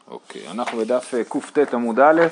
אוקיי, אנחנו בדף קט עמוד א',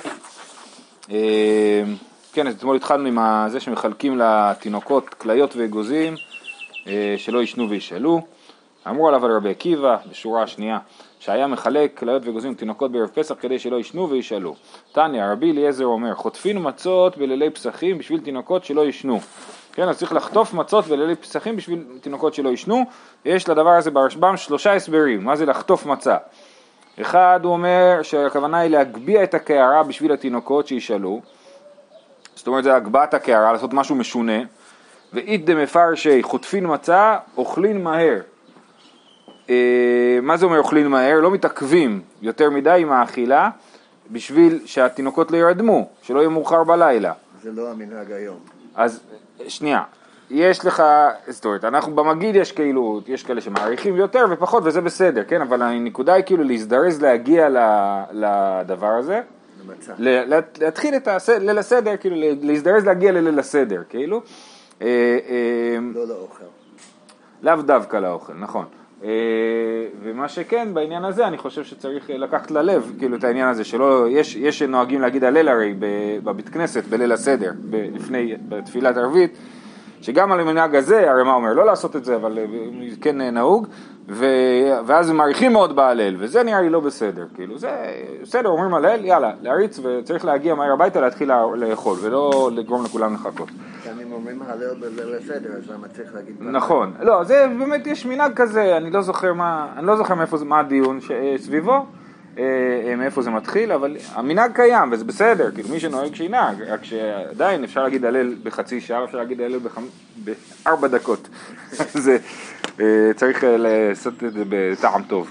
כן, אז אתמול התחלנו עם זה שמחלקים לתינוקות כליות ואגוזים שלא ישנו וישאלו. אמרו עליו על רבי עקיבא בשורה השנייה שהיה מחלק כליות ואגוזים לתינוקות בערב פסח כדי שלא ישנו וישאלו. תניא, רבי אליעזר אומר, חוטפין מצות בלילי פסחים בשביל תינוקות שלא ישנו. כן, אז צריך לחטוף מצות בלילי פסחים בשביל תינוקות שלא ישנו. יש לדבר הזה ברשב"ם 3 הסברים, מה זה לחטוף מצה. אחד, הוא אומר שהכוונה היא להגביע את הקערה בשביל התינוקות שישאלו. זאת אומרת, זה הגבעת הקערה, לעשות משהו משונה. ואית דמפרשי חוטפין מצה, אוכלין מהר. מה זה אומר אוכלין מהר? לא מתעכבים יותר מדי עם האכילה, בשביל שהתינוקות לא ירדמו, שלא יהיה מאוחר בלילה. זה לא המנהג היום. אז שנייה, יש לך, זאת אומרת, אנחנו במגיד יש כאילו, יש כאלה שמעריכים יותר ופחות וזה בסדר, כן? אבל הנקודה היא כאילו להזדרז להגיע לדבר הזה. למצה. להתחיל את ליל הסדר, כאילו להזדרז להגיע לליל הסדר, כאילו. לא לאוכל. לאו דווקא לאוכל, נכון. ומה שכן בעניין הזה אני חושב שצריך לקחת ללב כאילו את העניין הזה שלא, יש נוהגים להגיד הליל הרי בבית כנסת בליל הסדר לפני בתפילת ערבית שגם על המנהג הזה הרי מה אומר לא לעשות את זה אבל כן נהוג ואז הם מעריכים מאוד בהלל וזה נראה לי לא בסדר כאילו זה בסדר אומרים הלל יאללה להריץ וצריך להגיע מהר הביתה להתחיל לאכול ולא לגרום לכולם לחכות. גם אם אומרים הלל בליל הסדר אז למה צריך להגיד נכון, לא זה באמת יש מנהג כזה אני לא זוכר מה הדיון סביבו מאיפה זה מתחיל אבל המנהג קיים וזה בסדר כאילו מי שנוהג שינהג רק שעדיין אפשר להגיד הלל בחצי שעה אפשר להגיד הלל ב4 דקות זה צריך לעשות את זה בטעם טוב.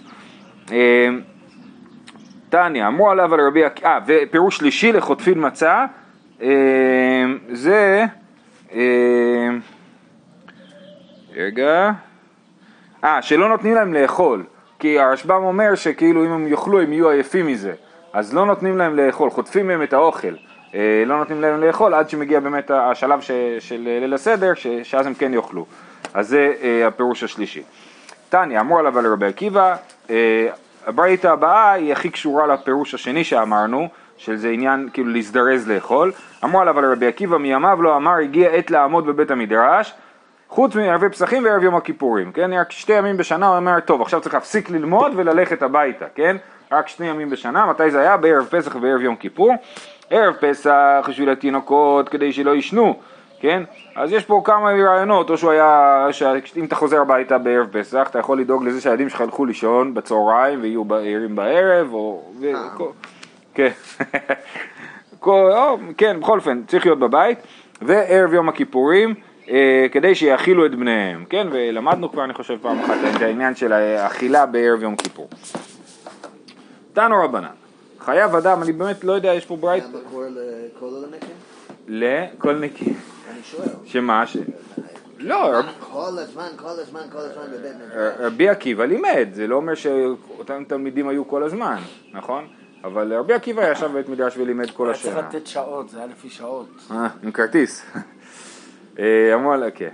תניא, אמרו עליו על רבי עקיבא, ופירוש שלישי לחוטפין מצה, זה, רגע, שלא נותנים להם לאכול, כי הרשב"ם אומר שכאילו אם הם יאכלו הם יהיו עייפים מזה, אז לא נותנים להם לאכול, חוטפים מהם את האוכל, לא נותנים להם לאכול עד שמגיע באמת השלב של ליל הסדר, שאז הם כן יאכלו. אז זה הפירוש השלישי. תניא, אמרו עליו על רבי עקיבא, הברייתא הבאה היא הכי קשורה לפירוש השני שאמרנו, שזה עניין כאילו להזדרז לאכול. אמרו עליו על רבי עקיבא, מימיו לא אמר, הגיע עת לעמוד בבית המדרש, חוץ מערבי פסחים וערב יום הכיפורים, כן? רק 2 ימים בשנה הוא אומר, טוב, עכשיו צריך להפסיק ללמוד וללכת הביתה, כן? רק 2 ימים בשנה, מתי זה היה? בערב פסח וערב יום כיפור. ערב פסח בשביל התינוקות כדי שלא ישנו, כן? אז יש פה כמה רעיונות, או שהוא היה, אם אתה חוזר הביתה בערב פסח, אתה יכול לדאוג לזה שהילדים שלך ילכו לישון בצהריים ויהיו ערים בערב, או... כן. כן, בכל אופן, צריך להיות בבית, וערב יום הכיפורים, כדי שיאכילו את בניהם, כן? ולמדנו כבר, אני חושב, פעם אחת, את העניין של האכילה בערב יום כיפור. תנו רבנן, חייב אדם, אני באמת לא יודע, יש פה ברייט... גם בקור לכל הנקים? לכל נקים. אני שואל. שמה? לא, כל הזמן בבית מדרש. רבי עקיבא לימד, זה לא אומר שאותם תלמידים היו כל הזמן, נכון? אבל רבי עקיבא ישב בבית מדרש ולימד כל השנה. צריך לתת שעות, זה היה לפי שעות. עם כרטיס. אמרו עליה, כן.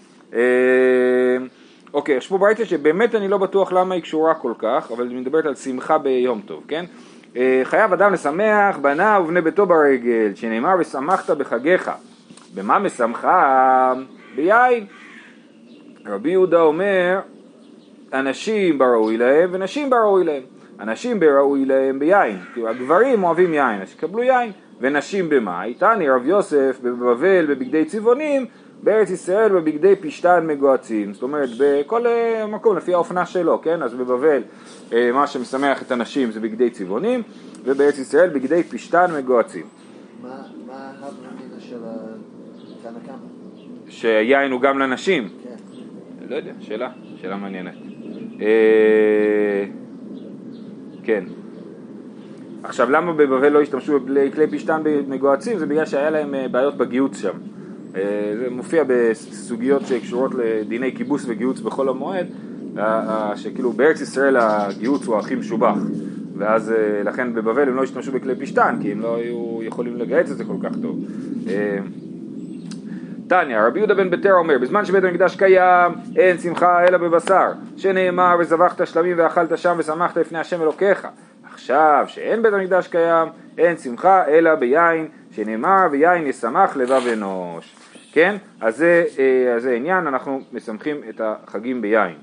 אוקיי, יש פה ברייתא שבאמת אני לא בטוח למה היא קשורה כל כך, אבל היא מדברת על שמחה ביום טוב, כן? חייב אדם לשמח בניו ובני ביתו ברגל, שנאמר ושמחת בחגיך. במה משמחה? ביין. רבי יהודה אומר, אנשים בראוי להם ונשים בראוי להם. אנשים בראוי להם ביין, כי הגברים אוהבים יין, אז יקבלו יין. ונשים במאי, תניא רב יוסף בבבל בבגדי צבעונים, בארץ ישראל בבגדי פשתן מגועצים. זאת אומרת, בכל מקום לפי האופנה שלו, כן? אז בבבל מה שמשמח את הנשים זה בגדי צבעונים, ובארץ ישראל בגדי פשתן מגועצים. מה ההבנה של תנא קמא? שיין הוא גם לנשים? כן. לא יודע, שאלה מעניינת. כן. עכשיו, למה בבבל לא השתמשו בכלי פשתן מגועצים? זה בגלל שהיה להם בעיות בגיוץ שם. זה מופיע בסוגיות שקשורות לדיני קיבוץ וגיוץ בכל המועד, שכאילו בארץ ישראל הגיוץ הוא הכי משובח, ואז לכן בבבל הם לא השתמשו בכלי פשתן, כי הם לא היו יכולים לגייץ את זה כל כך טוב. תניא, רבי יהודה בן בתרא אומר, בזמן שבית המקדש קיים, אין שמחה אלא בבשר, שנאמר וזבחת שלמים ואכלת שם ושמחת לפני השם אלוקיך. עכשיו שאין בית המקדש קיים, אין שמחה אלא ביין, שנאמר ויין ישמח לבב אנוש. כן? אז זה עניין, אנחנו משמחים את החגים ביין.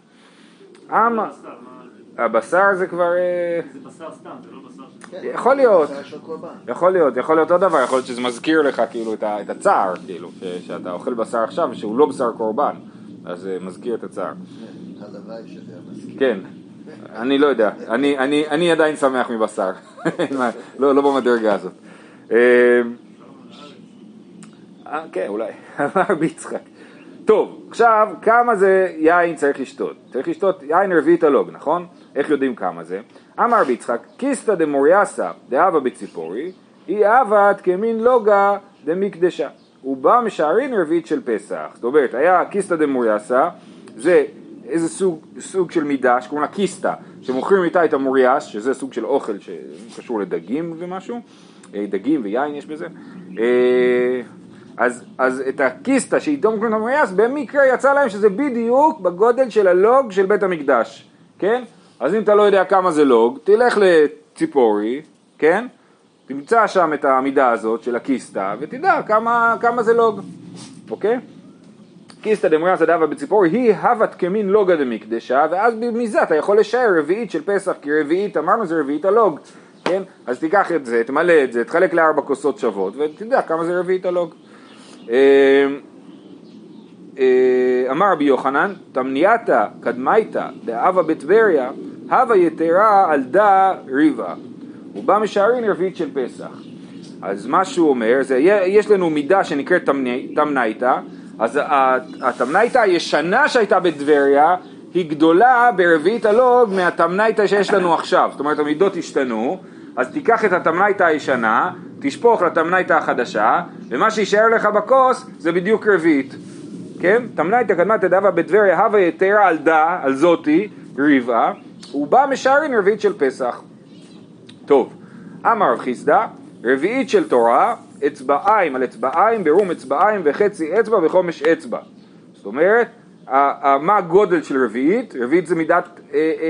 הבשר זה כבר... זה בשר סתם, זה לא בשר של... יכול להיות. בשר של קורבן. יכול להיות אותו דבר, יכול להיות שזה מזכיר לך כאילו את הצער, כאילו, שאתה אוכל בשר עכשיו שהוא לא בשר קורבן, אז זה מזכיר את הצער. הלוואי שזה מזכיר. כן, אני לא יודע, אני עדיין שמח מבשר, לא במדרגה הזאת. כן, אולי, אמר ביצחק. טוב, עכשיו, כמה זה יין צריך לשתות? צריך לשתות יין רביעית הלוג, נכון? איך יודעים כמה זה? אמר ביצחק, קיסטה דמוריאסה דאבה בציפורי, היא אבת כמין לוגה דמקדשה. הוא בא משערין רביעית של פסח. זאת אומרת, היה קיסטה דמוריאסה, זה איזה סוג של מידה שקוראים לה קיסטה, שמוכרים איתה את המוריאס, שזה סוג של אוכל שקשור לדגים ומשהו, דגים ויין יש בזה. אז את הקיסטה שאיתו מוכרים את המוריאס, במקרה יצא להם שזה בדיוק בגודל של הלוג של בית המקדש, כן? אז אם אתה לא יודע כמה זה לוג, תלך לציפורי, כן? תמצא שם את המידה הזאת של הקיסטה, ותדע כמה זה לוג, אוקיי? קיסטה דמוריאסה דאבה בציפורי, היא הבת כמין לוגה דמקדשה, ואז מזה אתה יכול לשער רביעית של פסח, כי רביעית, אמרנו זה רביעית הלוג, כן? אז תיקח את זה, תמלא את זה, תחלק ל4 כוסות שוות, ותדע כמה זה רביעית הלוג. אמר רבי יוחנן, תמנייתא קדמייתא דאבה בטבריה, הווה יתרה על דה ריבה. הוא בא משערין רביעית של פסח. אז מה שהוא אומר, יש לנו מידה שנקראת תמנייתא, אז התמנייתא הישנה שהייתה בטבריה, היא גדולה ברביעית הלוג מהתמנייתא שיש לנו עכשיו. זאת אומרת, המידות השתנו, אז תיקח את התמנייתא הישנה, תשפוך לתמנייתא החדשה, ומה שישאר לך בכוס זה בדיוק רביעית. כן? תמנייתא קדמייתא דאבה בטבריה, הווה יתרה על דה, על זאתי, ריבה, הוא בא משערין רביעית של פסח. טוב, אמר רב חיסדא, רביעית של תורה, אצבעיים על אצבעיים, ברום אצבעיים וחצי אצבע וחומש אצבע. זאת אומרת, מה הגודל של רביעית? רביעית זה מידת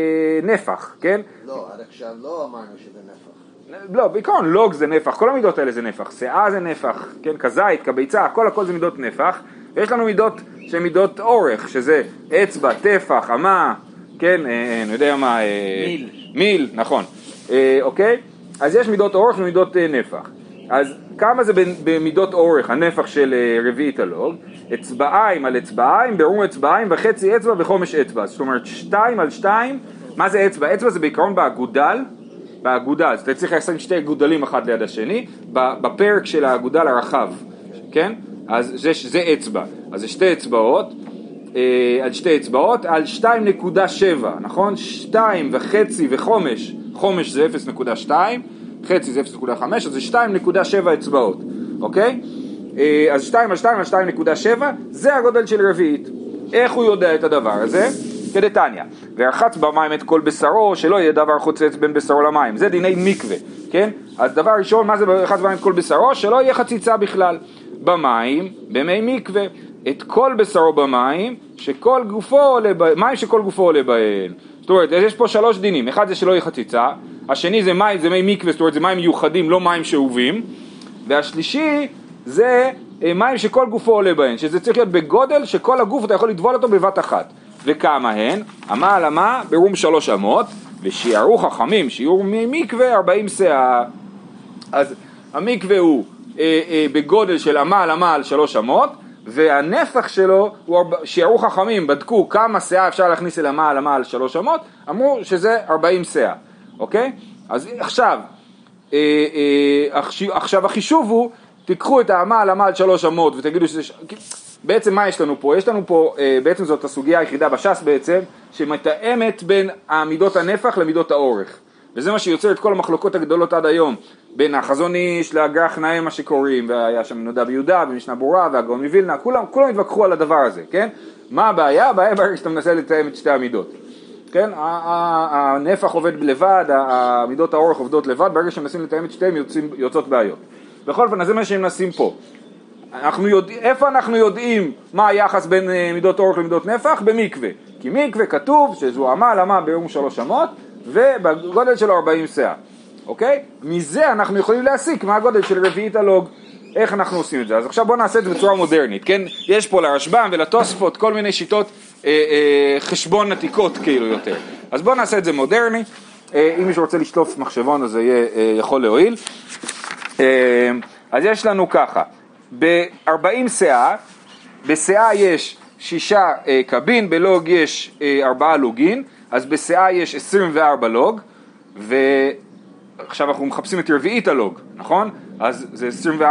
נפח, כן? לא, עד עכשיו לא אמרנו שזה נפח. לא, בעיקרון לוג זה נפח, כל המידות האלה זה נפח, שיער זה נפח, כן? כזית, כביצה, הכל זה מידות נפח, ויש לנו מידות שהן מידות אורך, שזה אצבע, טפח, אמה, כן? אני יודע מה... מיל, נכון. אוקיי? אז יש מידות אורך ומידות נפח. אז כמה זה במידות אורך, הנפח של רביעית הלוג? אצבעיים על אצבעיים, ברום אצבעיים וחצי אצבע וחומש אצבע. זאת אומרת 2 על 2, מה זה אצבע? אצבע זה בעיקרון באגודל, אז אתה צריך לשים 2 גודלים אחד ליד השני, בפרק של האגודל הרחב, כן? אז זה אצבע, אז זה 2 אצבעות, על 2 אצבעות, על 2.7, נכון? 2 וחצי וחומש, חומש זה 0.2, חצי זה 0.5, אז זה 2.7 אצבעות, אוקיי? אז 2 על 2 על 2.7, זה הגודל של רביעית. איך הוא יודע את הדבר הזה? כדתניא, ורחץ במים את כל בשרו, שלא יהיה דבר חוצץ בין בשרו למים. זה דיני מקווה, כן? אז דבר ראשון, מה זה רחץ במים את כל בשרו? שלא יהיה חציצה בכלל. במים, במי מקווה, את כל בשרו במים, שכל גופו עולה מים שכל גופו עולה בהן. זאת אומרת, יש פה 3 דינים. אחד זה שלא יהיה חציצה, השני זה מים, זה מי מקווה, זאת אומרת, זה מים מיוחדים, לא מים שאובים, והשלישי זה מים שכל גופו עולה בהן, שזה צריך להיות בגודל שכל הגוף אתה יכול לטבול אותו בבת אחת. וכמה הן? אמה על אמה ברום 3 אמות, ושיערו חכמים, שיעור מקווה 40 שאה. אז המקווה הוא בגודל של אמה על אמה על 3 אמות, והנפח שלו, שיערו חכמים, בדקו כמה שאה אפשר להכניס אל אמה על אמה על 3 אמות, אמרו שזה 40 שאה, אוקיי? אז עכשיו החישוב הוא, תיקחו את האמה על אמה על 3 אמות ותגידו שזה... בעצם מה יש לנו פה? יש לנו פה, בעצם זאת הסוגיה היחידה בש"ס בעצם, שמתאמת בין עמידות הנפח למידות האורך. וזה מה שיוצר את כל המחלוקות הגדולות עד היום, בין החזון איש לאגרח נאה מה שקוראים, והיה שם נודע ביהודה ומשנה ברורה והגאון מווילנה, כולם התווכחו על הדבר הזה, כן? מה הבעיה? הבעיה ברגע שאתה מנסה לתאם את שתי המידות. כן? הנפח עובד לבד, המידות האורך עובדות לבד, ברגע שמנסים לתאם את שתיהם יוצאות בעיות. בכל אופן, זה מה שהם מנסים פה. איפה אנחנו יודעים מה היחס בין מידות אורך למידות נפח? במקווה. כי מקווה כתוב שזו אמה על אמה ביום 3 אמות, ובגודל שלו 40 שאה. אוקיי? מזה אנחנו יכולים להסיק מה הגודל של רביעית הלוג. איך אנחנו עושים את זה? אז עכשיו בואו נעשה את זה בצורה מודרנית, כן? יש פה לרשב"ם ולתוספות כל מיני שיטות חשבון עתיקות כאילו יותר. אז בואו נעשה את זה מודרני. אם מישהו רוצה לשלוף מחשבון אז זה יכול להועיל. אז יש לנו ככה, ב-40 שאה, בשאה יש 6 קבין, בלוג יש 4 לוגין, אז בשאה יש 24 לוג, ועכשיו אנחנו מחפשים את רביעית הלוג, נכון? אז זה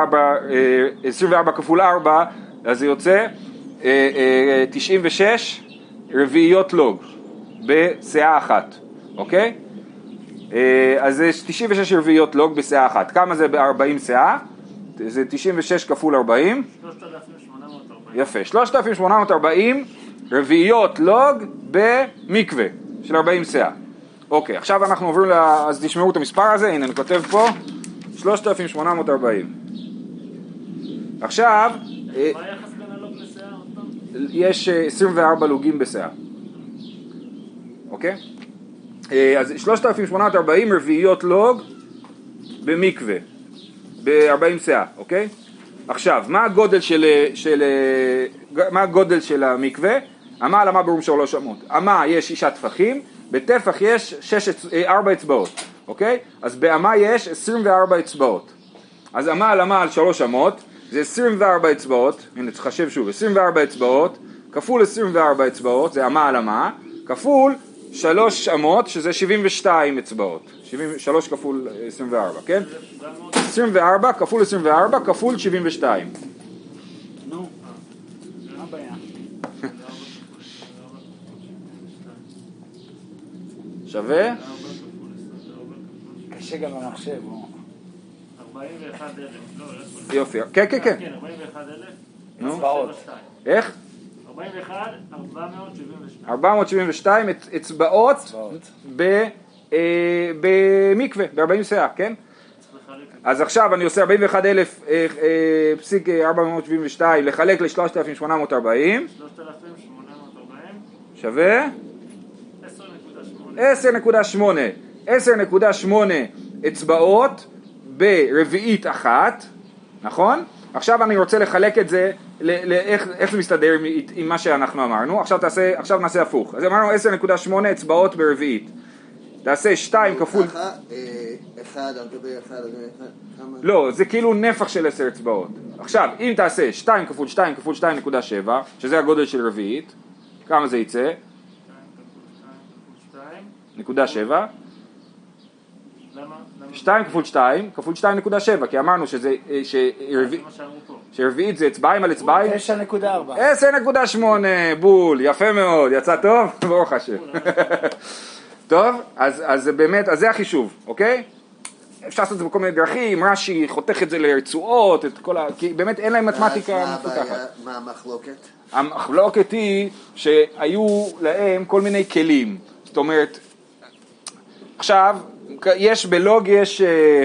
24 כפול 4, אז זה יוצא 96 רביעיות לוג בשאה אחת, אוקיי? אז זה 96 רביעיות לוג בשאה אחת. כמה זה ב-40 שאה? זה 96 כפול 40. 3,840. יפה, 3,840 רביעיות לוג במקווה של 40 שאה. אוקיי, עכשיו אנחנו עוברים אז תשמעו את המספר הזה, הנה אני כותב פה 3,840. עכשיו מה היחס בין הלוג לשאה? יש 24 לוגים בשאה. אוקיי? אז 3,840 רביעיות לוג במקווה ב-40 שאה, אוקיי? עכשיו, מה הגודל של המקווה? אמה על אמה ברום 3 אמות. אמה יש 6 טפחים, בטפח יש 4 אצבעות, אוקיי? אז באמה יש 24 אצבעות. אז אמה על אמה על 3 אמות, זה 24 אצבעות, הנה תחשב שוב, 24 אצבעות, כפול 24 אצבעות, זה אמה על אמה, כפול 3 אמות, שזה 72 אצבעות. 3 כפול 24, כן? 24 כפול 24 כפול 72. נו, מה הבעיה? שווה? קשה גם במחשב. 41,000. יופי, כן, כן, כן. כן, 41,000. נו. אצבעות. איך? 41, 472. 472 אצבעות במקווה, ב-40 שאה, כן? אז עכשיו אני עושה 41,000.472 לחלק ל-3,840 3,840. שווה? 10.8. 10.8 אצבעות ברביעית אחת, נכון? עכשיו אני רוצה לחלק את זה, איך זה מסתדר עם מה שאנחנו אמרנו, עכשיו נעשה הפוך. אז אמרנו 10.8 אצבעות ברביעית. תעשה 2 כפול... ככה, 1 על גבי 1 על גבי 1, כמה? לא, זה כאילו נפח של 10 אצבעות. עכשיו, אם תעשה 2 כפול 2 כפול 2.7, שזה הגודל של רביעית, כמה זה יצא? 2.7. למה? 2 כפול 2 כפול 2.7, כי אמרנו שרביעית זה אצבעים על אצבעים. 9.4. 10.8, בול, יפה מאוד, יצא טוב? ברוך השם. טוב, אז זה באמת, אז זה החישוב, אוקיי? אפשר לעשות את זה בכל מיני דרכים, רש"י חותך את זה לרצועות, כי באמת אין להם מתמטיקה מפותחת. מה המחלוקת? המחלוקת היא שהיו להם כל מיני כלים, זאת אומרת, עכשיו, בלוג יש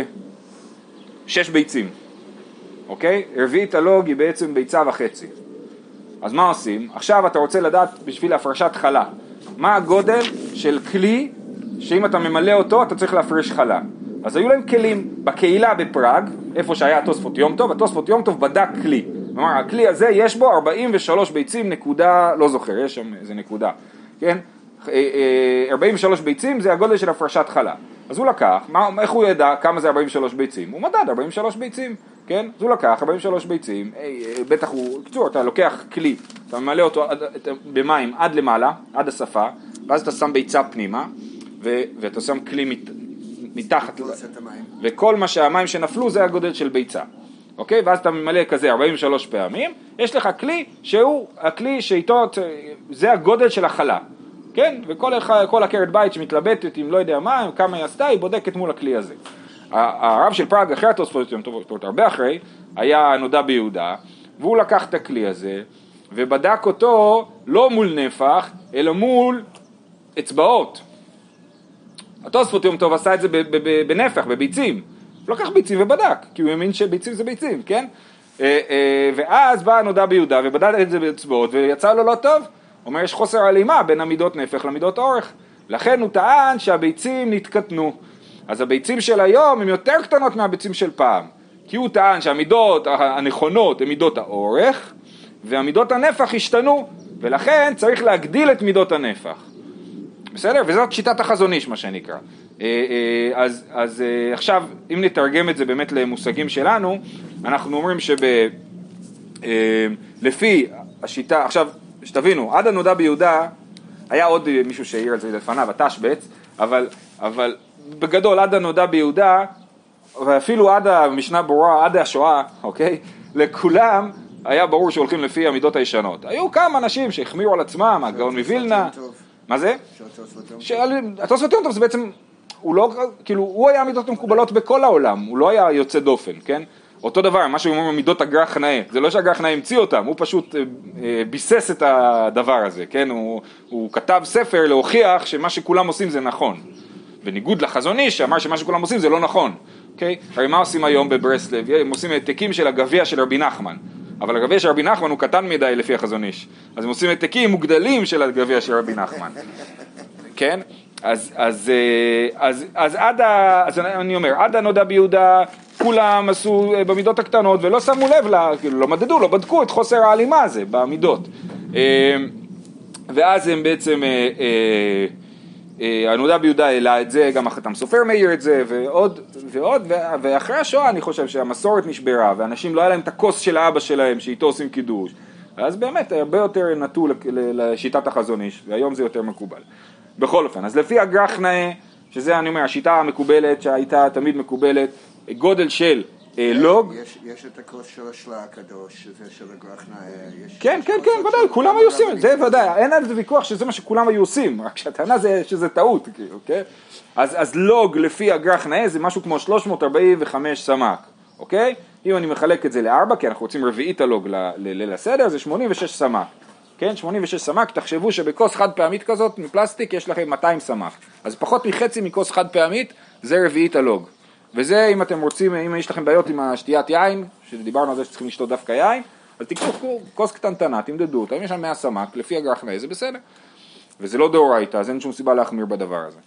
6 ביצים, אוקיי? רביעית הלוג היא בעצם ביצה וחצי. אז מה עושים? עכשיו אתה רוצה לדעת בשביל הפרשת חלה, מה הגודל של כלי שאם אתה ממלא אותו אתה צריך להפרש חלה. אז היו להם כלים בקהילה בפראג, איפה שהיה התוספות יום טוב, התוספות יום טוב בדק כלי. כלומר, הכלי הזה יש בו 43 ביצים נקודה, לא זוכר, יש שם איזה נקודה, כן? 43 ביצים זה הגודל של הפרשת חלה. אז הוא לקח, איך הוא ידע כמה זה 43 ביצים? הוא מדד 43 ביצים, כן? אז הוא לקח 43 ביצים, בטח הוא, קצור, אתה לוקח כלי, אתה ממלא אותו במים עד למעלה, עד השפה, ואז אתה שם ביצה פנימה, ואתה שם כלי מתחת, וכל מה שהמים שנפלו זה הגודל של ביצה. אוקיי? ואז אתה ממלא כזה 43 פעמים, יש לך כלי שהוא הכלי שאיתו, זה הגודל של החלה. כן? וכל עקרת בית שמתלבטת עם לא יודע מה, כמה היא עשתה, היא בודקת מול הכלי הזה. הרב של פראג אחרי התוספות, הרבה אחרי, היה נודע ביהודה, והוא לקח את הכלי הזה, ובדק אותו לא מול נפח, אלא מול אצבעות. התוספות יום טוב עשה את זה בנפח, בביצים. הוא לקח ביצים ובדק, כי הוא האמין שביצים זה ביצים, כן? ואז בא נודע ביהודה ובדק את זה באצבעות, ויצא לו לא טוב. אומר, יש חוסר הלימה בין המידות נפח למידות אורך. לכן הוא טען שהביצים נתקטנו. אז הביצים של היום הן יותר קטנות מהביצים של פעם, כי הוא טען שהמידות הנכונות הן מידות האורך, והמידות הנפח השתנו, ולכן צריך להגדיל את מידות הנפח. בסדר? וזאת שיטת החזון איש, מה שנקרא. אז עכשיו, אם נתרגם את זה באמת למושגים שלנו, אנחנו אומרים לפי השיטה, עכשיו, שתבינו, עד הנודע ביהודה, היה עוד מישהו שהעיר על זה לפניו, התשבץ, אבל בגדול, עד הנודע ביהודה, ואפילו עד המשנה ברורה, עד השואה, אוקיי? לכולם היה ברור שהולכים לפי המידות הישנות. היו כמה אנשים שהחמירו על עצמם, הגאון מווילנה. מה זה? התוספות יום טוב זה בעצם, הוא לא, כאילו, הוא היה המידות המקובלות בכל העולם, הוא לא היה יוצא דופן, כן? אותו דבר, מה שהוא אומר מידות הגר"ח נאה, זה לא שהגר"ח נאה המציא אותם, הוא פשוט ביסס את הדבר הזה, כן? הוא כתב ספר להוכיח שמה שכולם עושים זה נכון. בניגוד לחזון איש שאמר שמה שכולם עושים זה לא נכון, אוקיי? הרי מה עושים היום בברסלב? הם עושים העתקים של הגביע של רבי נחמן, אבל הגביע של רבי נחמן הוא קטן מדי לפי החזון איש, אז הם עושים העתקים מוגדלים של הגביע של רבי נחמן, כן? אז אני אומר, עד הנודע ביהודה כולם עשו במידות הקטנות ולא שמו לב, כאילו לא מדדו, לא בדקו את חוסר העלימה הזה במידות, ואז הם בעצם הנודע ביהודה העלה את זה, גם החתם סופר מאיר את זה ועוד, ואחרי השואה אני חושב שהמסורת נשברה ואנשים לא היה להם את הכוס של האבא שלהם שאיתו עושים קידוש, אז באמת הרבה יותר נטו לשיטת החזון איש, והיום זה יותר מקובל. בכל אופן, אז לפי הגר"ח נאה, שזה אני אומר, השיטה המקובלת שהייתה תמיד מקובלת, גודל של לוג. יש את הכוס של השלה הקדוש, שזה של הגר"ח נאה. כן, ודאי, כולם היו עושים, זה ודאי, אין על זה ויכוח שזה מה שכולם היו עושים, רק שהטענה זה שזה טעות, אוקיי? אז לוג לפי הגר"ח נאה זה משהו כמו 345 סמ"ק, אוקיי? אם אני מחלק את זה ל4, כי אנחנו רוצים רביעית הלוג ליל הסדר, זה 86 סמ"ק. כן, 86 סמ"ק, תחשבו שבכוס חד פעמית כזאת מפלסטיק יש לכם 200 סמ"ק. אז פחות מחצי מכוס חד פעמית זה רביעית הלוג. וזה אם אתם רוצים, אם יש לכם בעיות עם השתיית יין, שדיברנו על זה שצריכים לשתות דווקא יין, אז תיקחו כוס קטנטנה, תמדדו אותה, אם יש שם 100 סמ"ק, לפי הגר"ח נאה, זה בסדר. וזה לא דאורייתא, אז אין שום סיבה להחמיר בדבר הזה.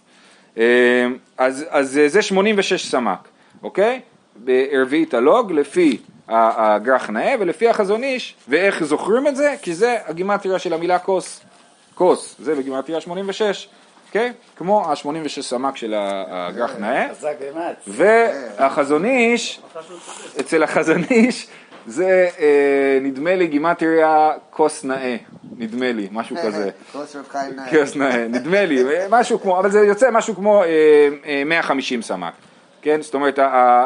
אז זה 86 סמ"ק, אוקיי? ברביעית הלוג, לפי הגר"ח נאה ולפי החזון איש, ואיך זוכרים את זה? כי זה הגימטריה של המילה כוס, כוס, זה בגימטריה 86, אוקיי? כמו ה-86 סמ"ק של הגר"ח נאה, והחזון איש, אצל החזון איש, זה נדמה לי גימטריה כוס נאה, נדמה לי, משהו כזה. כוס רב חיים נאה. כוס נאה, נדמה לי, משהו כמו, אבל זה יוצא משהו כמו 150 סמ"ק. כן, זאת אומרת,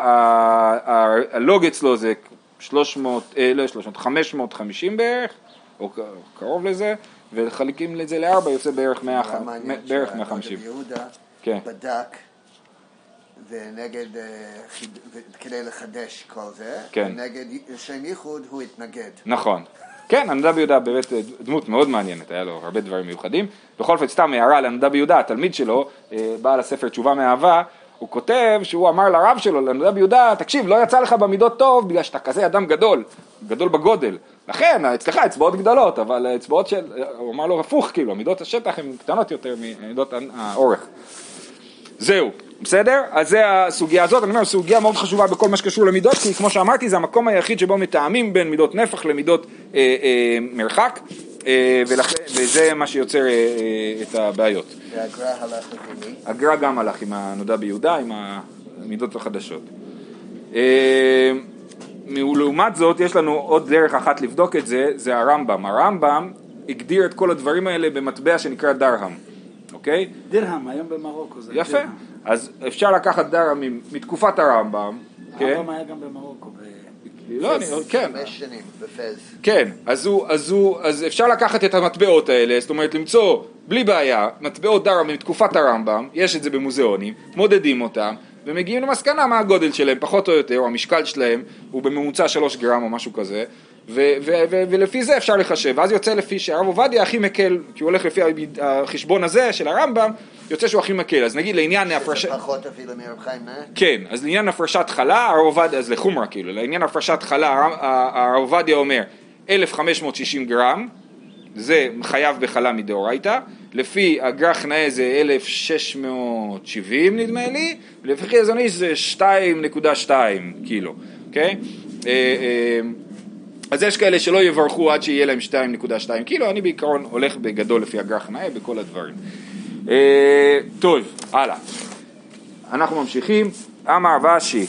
הלוג אצלו זה 550 בערך, או קרוב לזה, וחלקים לזה ל4 יוצא בערך 150. יהודה בדק, ונגד, כדי לחדש כל זה, ונגד שם ייחוד הוא התנגד. נכון. כן, הנודע ביהודה באמת דמות מאוד מעניינת, היה לו הרבה דברים מיוחדים. בכל זאת, סתם הערה לנודע ביהודה, התלמיד שלו, בעל הספר תשובה מאהבה, הוא כותב שהוא אמר לרב שלו, לנודע ביהודה, תקשיב, לא יצא לך במידות טוב, בגלל שאתה כזה אדם גדול, גדול בגודל. לכן, אצלך אצבעות גדולות, אבל אצבעות של, הוא אמר לו הפוך, כאילו, מידות השטח הן קטנות יותר ממידות האורך. זהו, בסדר? אז זה הסוגיה הזאת, אני אומר, סוגיה מאוד חשובה בכל מה שקשור למידות, כי כמו שאמרתי, זה המקום היחיד שבו מתאמים בין מידות נפח למידות מרחק, וזה מה שיוצר את הבעיות. והגר"א הלך לפי? הגר"א גם הלך עם הנודע ביהודה, עם המידות החדשות. לעומת זאת, יש לנו עוד דרך אחת לבדוק את זה, זה הרמב"ם. הרמב"ם הגדיר את כל הדברים האלה במטבע שנקרא דרהם, אוקיי? דרהם, היום במרוקו זה יפה. דרהם. אז אפשר לקחת דרהמים מתקופת הרמב"ם, כן? הרמב"ם היה גם במרוקו. לא, כן. 5 שנים, בפז. כן, אז אפשר לקחת את המטבעות האלה, זאת אומרת למצוא בלי בעיה, מטבעות דרהם מתקופת הרמב"ם, יש את זה במוזיאונים, מודדים אותם, ומגיעים למסקנה מה הגודל שלהם, פחות או יותר, או המשקל שלהם, הוא בממוצע 3 גרם או משהו כזה, ולפי זה אפשר לחשב, ואז יוצא לפי שהרב עובדיה הכי מקל, כי הוא הולך לפי החשבון הזה של הרמב"ם, יוצא שהוא הכי מקל, אז נגיד לעניין הפרשת... שזה פחות אפילו מרב חיים נאה? כן, אז לעניין הפרשת חלה, הרב עובדיה, אז לחומרה כאילו, לעניין הפרשת חלה, הרב עובדיה אומר 1560 גרם, זה חייב בחלה מדאורייתא, לפי אגרח נאה זה 1670 נדמה לי, ולפי חזון איש זה 2.2 קילו, אוקיי? אז יש כאלה שלא יברכו עד שיהיה להם 2.2 קילו, אני בעיקרון הולך בגדול לפי אגרח נאה בכל הדברים. טוב, הלאה. אנחנו ממשיכים. אמר רש"י,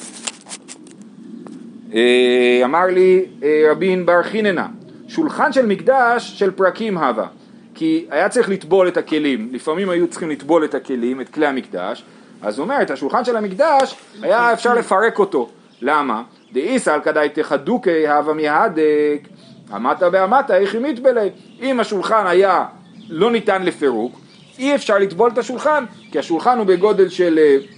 אמר לי רבין בר חיננה, שולחן של מקדש של פרקים הווה, כי היה צריך לטבול את הכלים, לפעמים היו צריכים לטבול את הכלים, את כלי המקדש, אז הוא אומר, את השולחן של המקדש היה אפשר לפרק אותו. למה? דאיסא על כדאי תחדוקי הווה מהדק, אמתה באמתה איך היא מתבלה. אם השולחן היה לא ניתן לפירוק, אי אפשר לטבול את השולחן, כי השולחן הוא בגודל של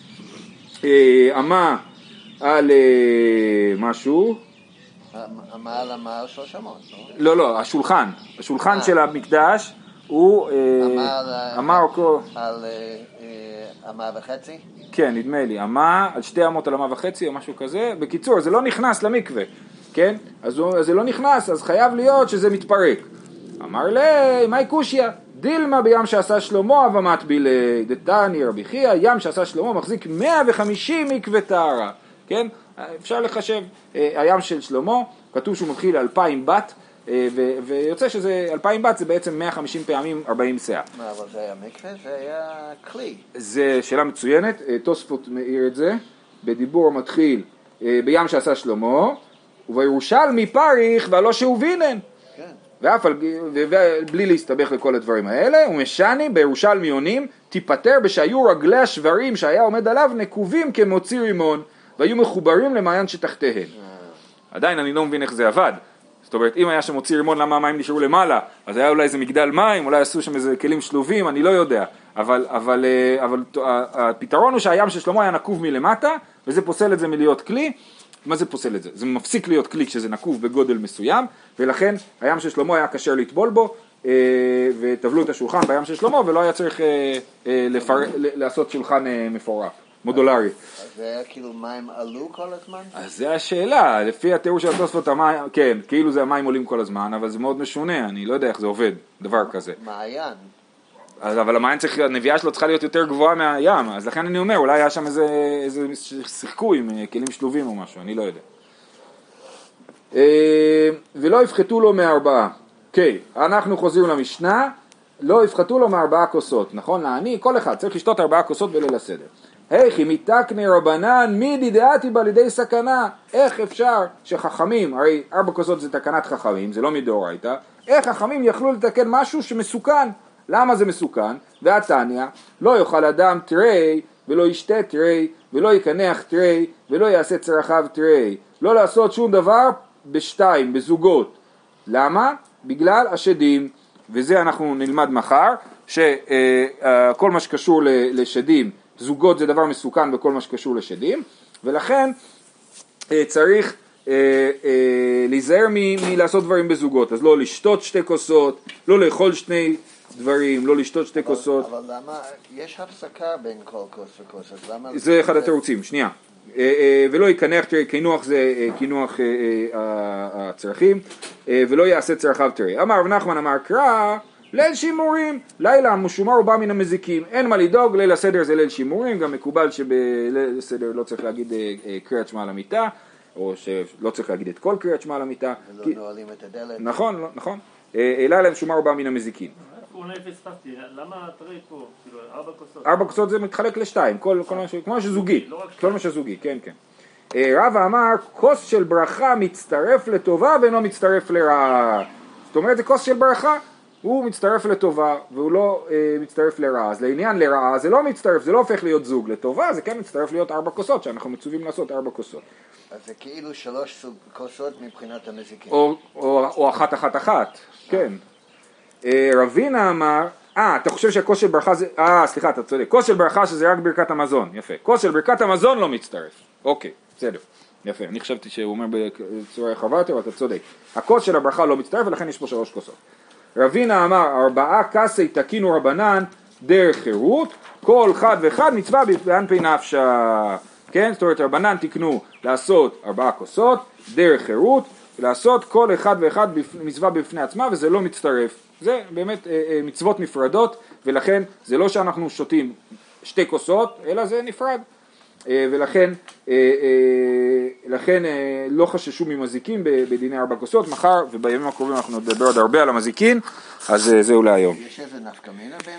אמה על משהו. אמה על אמה על 300, לא? לא, השולחן של המקדש הוא אמה על אמה וחצי? כן, נדמה לי, אמה על 2 אמות על אמה וחצי או משהו כזה. בקיצור, זה לא נכנס למקווה, כן? אז זה לא נכנס, אז חייב להיות שזה מתפרק. אמר לי, מהי קושיה? דילמה בים שעשה שלמה הווה מטבילי, דתני רבי חייא, ים שעשה שלמה מחזיק 150 מקווה טהרה, כן? אפשר לחשב, הים של שלמה, כתוב שהוא מתחיל 2,000 בת, ויוצא שזה 2,000 בת זה בעצם 150 פעמים 40 סאה. מה, אבל זה היה מקווה? זה היה כלי. זה שאלה מצוינת, תוספות מעיר את זה, בדיבור מתחיל בים שעשה שלמה, ובירושלמי פריך ולא שהובינן. ואף בלי להסתבך לכל הדברים האלה, ומשני בירושלמי עונים, תיפטר בשהיו רגלי השברים שהיה עומד עליו נקובים כמוציא רימון, והיו מחוברים למעיין שתחתיהן. עדיין אני לא מבין איך זה עבד. זאת אומרת, אם היה שם מוציא רימון, למה המים נשארו למעלה? אז היה אולי איזה מגדל מים, אולי עשו שם איזה כלים שלובים, אני לא יודע. אבל הפתרון הוא שהים של שלמה היה נקוב מלמטה, וזה פוסל את זה מלהיות כלי. מה זה פוסל את זה? זה מפסיק להיות כלי כשזה נקוב בגודל מסוים, ולכן הים של שלמה היה קשר לטבול בו, וטבלו את השולחן בים של שלמה, ולא היה צריך לעשות שולחן מפורק, מודולרי. אז זה היה כאילו מים עלו כל הזמן? אז זה השאלה, לפי התיאור של התוספות המים, כן, כאילו זה המים עולים כל הזמן, אבל זה מאוד משונה, אני לא יודע איך זה עובד, דבר כזה. מעיין. אבל המעיין הנביאה שלו צריכה להיות יותר גבוהה מהים, אז לכן אני אומר, אולי היה שם איזה שיחקו עם כלים שלובים או משהו, אני לא יודע. ולא יפחתו לו מ4. אוקיי, אנחנו חוזרים למשנה, לא יפחתו לו מ4 כוסות, נכון? לעני, כל אחד צריך לשתות 4 כוסות בליל הסדר. היכי מתקני רבנן מידי דעתי בה לידי סכנה, איך אפשר שחכמים, הרי 4 כוסות זה תקנת חכמים, זה לא מדאורייתא, איך חכמים יכלו לתקן משהו שמסוכן? למה זה מסוכן? והתניא, לא יאכל אדם תרי, ולא ישתה תרי, ולא יקנח תרי, ולא יעשה צרכיו תרי. לא לעשות שום דבר בשתיים, בזוגות. למה? בגלל השדים, וזה אנחנו נלמד מחר, שכל מה שקשור לשדים, זוגות זה דבר מסוכן בכל מה שקשור לשדים, ולכן צריך להיזהר מלעשות דברים בזוגות. אז לא לשתות 2 כוסות, לא לאכול 2 דברים, לא לשתות 2 כוסות. אבל למה, יש הפסקה בין כל כוס וכוס, אז למה... זה אחד התירוצים, שנייה. ולא יקנח תרי, קינוח זה קינוח הצרכים, ולא יעשה צרכיו תרי. אמר רב נחמן אמר קרא, ליל שימורים, לילה המשומר הוא בא מן המזיקים, אין מה לדאוג, ליל הסדר זה ליל שימורים, גם מקובל שבליל הסדר לא צריך להגיד קריאת שמע על המיטה, או שלא צריך להגיד את כל קריאת שמע על המיטה. ולא נועלים את הדלת. נכון, נכון. לילה המשומר הוא בא מן המזיקים. אולי פספסתי, למה תראי פה, כאילו 4 כוסות? 4 כוסות זה מתחלק ל2, כמו שזוגי, כל מה שזוגי, כן, כן. רבא אמר, כוס של ברכה מצטרף לטובה ואינו מצטרף לרעה. זאת אומרת, זה כוס של ברכה, הוא מצטרף לטובה והוא לא מצטרף לרעה. אז לעניין לרעה זה לא מצטרף, זה לא הופך להיות זוג. לטובה זה כן מצטרף להיות 4 כוסות, שאנחנו מצווים לעשות 4 כוסות. אז זה כאילו 3 כוסות מבחינת המזיקים. או 1-1-1, כן. רבינה אמר, אתה חושב שהכוס של ברכה זה, סליחה, אתה צודק, כוס של ברכה שזה רק ברכת המזון, יפה, כוס של ברכת המזון לא מצטרף, אוקיי, בסדר, יפה, אני חשבתי שהוא אומר בצורה רחבה יותר, אתה צודק, הכוס של הברכה לא מצטרף ולכן יש פה 3 כוסות. רבינה אמר, 4 כסי תקינו רבנן דרך חירות, כל אחד ואחד מצווה באנפי נפשה, כן, זאת אומרת רבנן תקנו לעשות 4 כוסות, דרך חירות, לעשות כל אחד ואחד מצווה בפני עצמה וזה לא מצטרף, זה באמת מצוות נפרדות, ולכן זה לא שאנחנו שותים 2 כוסות, אלא זה נפרד. ולכן לא חששו ממזיקים בדיני 4 כוסות. מחר ובימים הקרובים אנחנו נדבר עוד הרבה על המזיקין, אז זהו להיום. יש איזה נפקא מינה בין